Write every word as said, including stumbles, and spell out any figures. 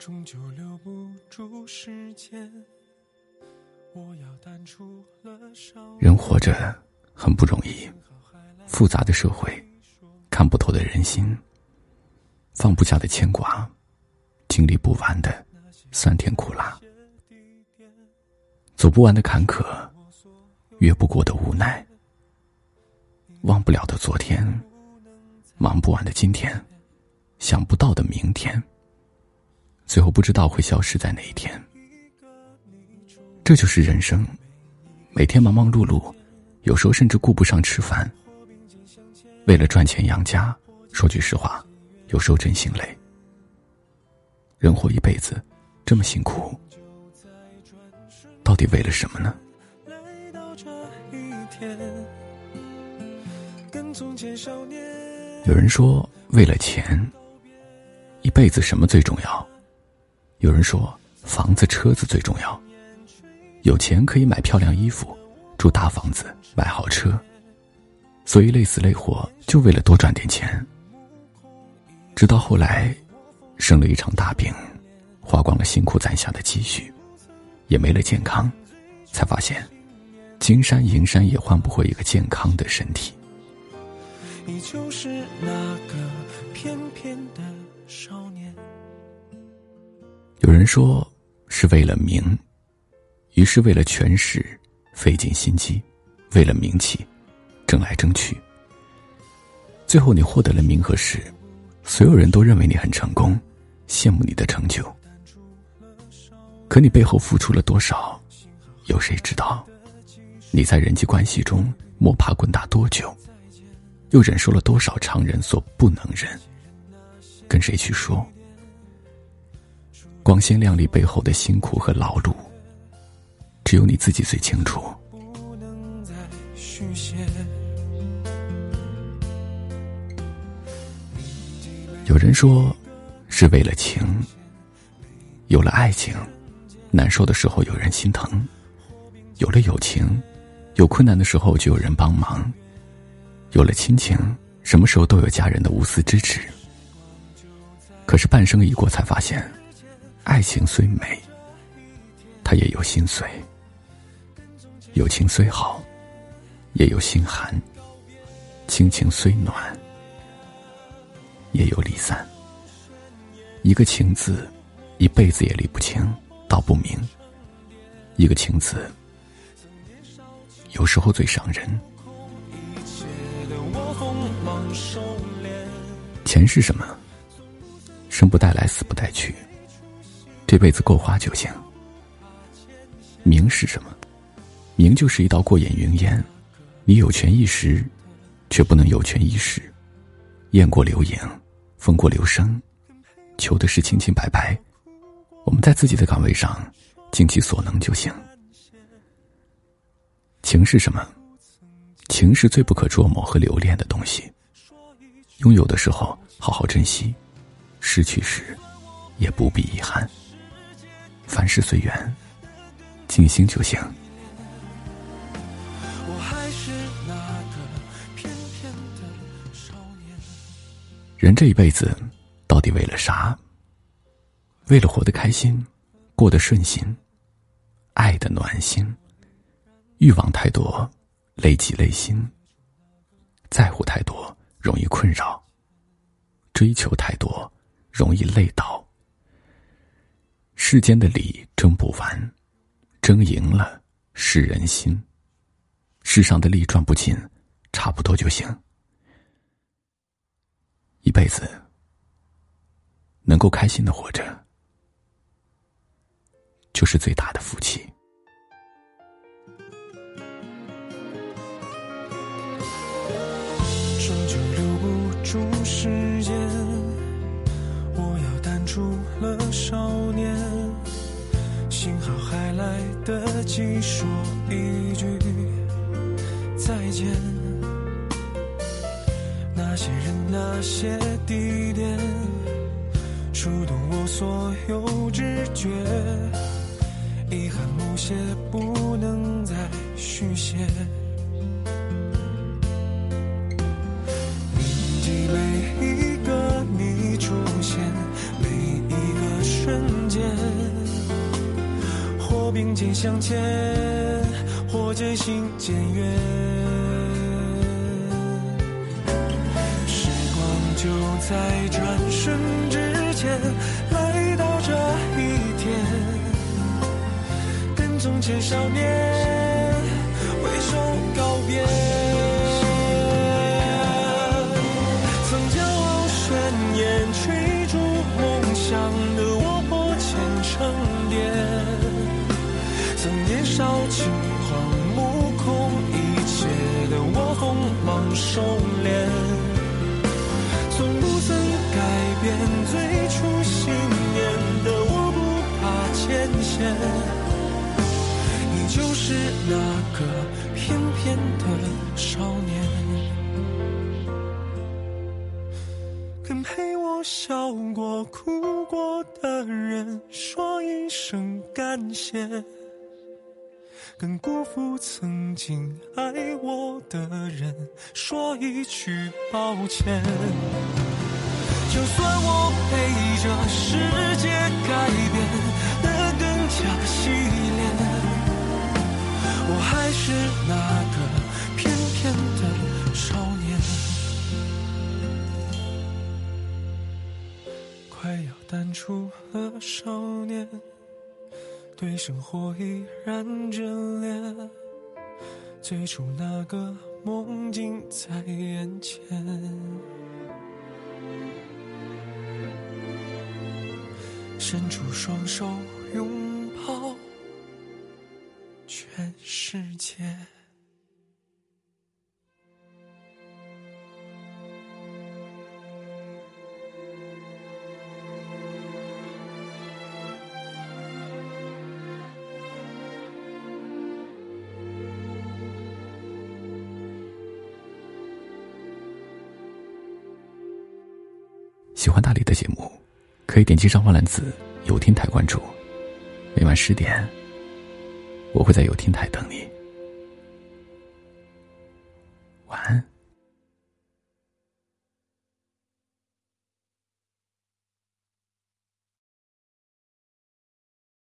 终究留不住时间，我要淡出了少年。 人活着很不容易，复杂的社会，看不透的人心，放不下的牵挂，经历不完的酸甜苦辣，走不完的坎坷，越不过的无奈，忘不了的昨天，忙不完的今天，想不到的明天，最后不知道会消失在哪一天。这就是人生，每天忙忙碌碌，有时候甚至顾不上吃饭。为了赚钱养家，说句实话，有时候真心累。人活一辈子这么辛苦，到底为了什么呢？有人说为了钱，一辈子什么最重要？有人说房子车子最重要，有钱可以买漂亮衣服，住大房子，买好车，所以累死累活就为了多赚点钱。直到后来生了一场大病，花光了辛苦攒下的积蓄，也没了健康，才发现金山银山也换不回一个健康的身体。 你就是那个翩翩的少年。 有人说是为了名，于是为了权势费尽心机，为了名气争来争去，最后你获得了名和势，所有人都认为你很成功，羡慕你的成就。可你背后付出了多少，有谁知道？你在人际关系中摸爬滚打多久，又忍受了多少常人所不能忍，跟谁去说？光鲜亮丽背后的辛苦和劳碌，只有你自己最清楚。有人说是为了情，有了爱情，难受的时候有人心疼；有了友情，有困难的时候就有人帮忙；有了亲情，什么时候都有家人的无私支持。可是半生已过，才发现爱情虽美，它也有心碎；友情虽好，也有心寒；亲情虽暖，也有离散。一个情字，一辈子也理不清道不明；一个情字，有时候最伤人。钱是什么？生不带来，死不带去，这辈子够花就行。名是什么？名就是一道过眼云烟，你有权一时，却不能有权一世。雁过留影，风过留声，求的是清清白白。我们在自己的岗位上尽其所能就行。情是什么？情是最不可捉摸和留恋的东西，拥有的时候好好珍惜，失去时也不必遗憾。凡事随缘，尽心就行。 我还是那个翩翩的少年。 人这一辈子到底为了啥？为了活得开心，过得顺心，爱的暖心。欲望太多，累己累心；在乎太多，容易困扰；追求太多，容易累倒。世间的理争不完，争赢了是人心。世上的利赚不尽，差不多就行。一辈子能够开心的活着，就是最大的福气。 终究留不住时间，我要淡出了少年。幸好还来得及说一句再见。那些人，那些地点，触动我所有直觉。遗憾某些不能再续写。铭记每一个你出现，每一个瞬间。 向前，或渐行渐远。时光就在转瞬之间来到这一天，跟从前少年挥手告别。曾骄傲宣言追逐梦想的我破茧成蝶，曾年少轻狂目空一切的我锋芒收敛，从不曾改变最初信念的我不怕艰险，你就是那个翩翩的少年。跟陪我笑过哭过的人说一声感谢，跟辜负曾经爱我的人说一句抱歉。就算我陪着世界改变得更加洗练，我还是那个翩翩的少年。快要淡出了少年，对生活依然眷恋，最初那个梦境在眼前，伸出双手拥抱全世界。 喜欢大理的节目，可以点击上方蓝字有听台关注，每晚十点我会在有听台等你。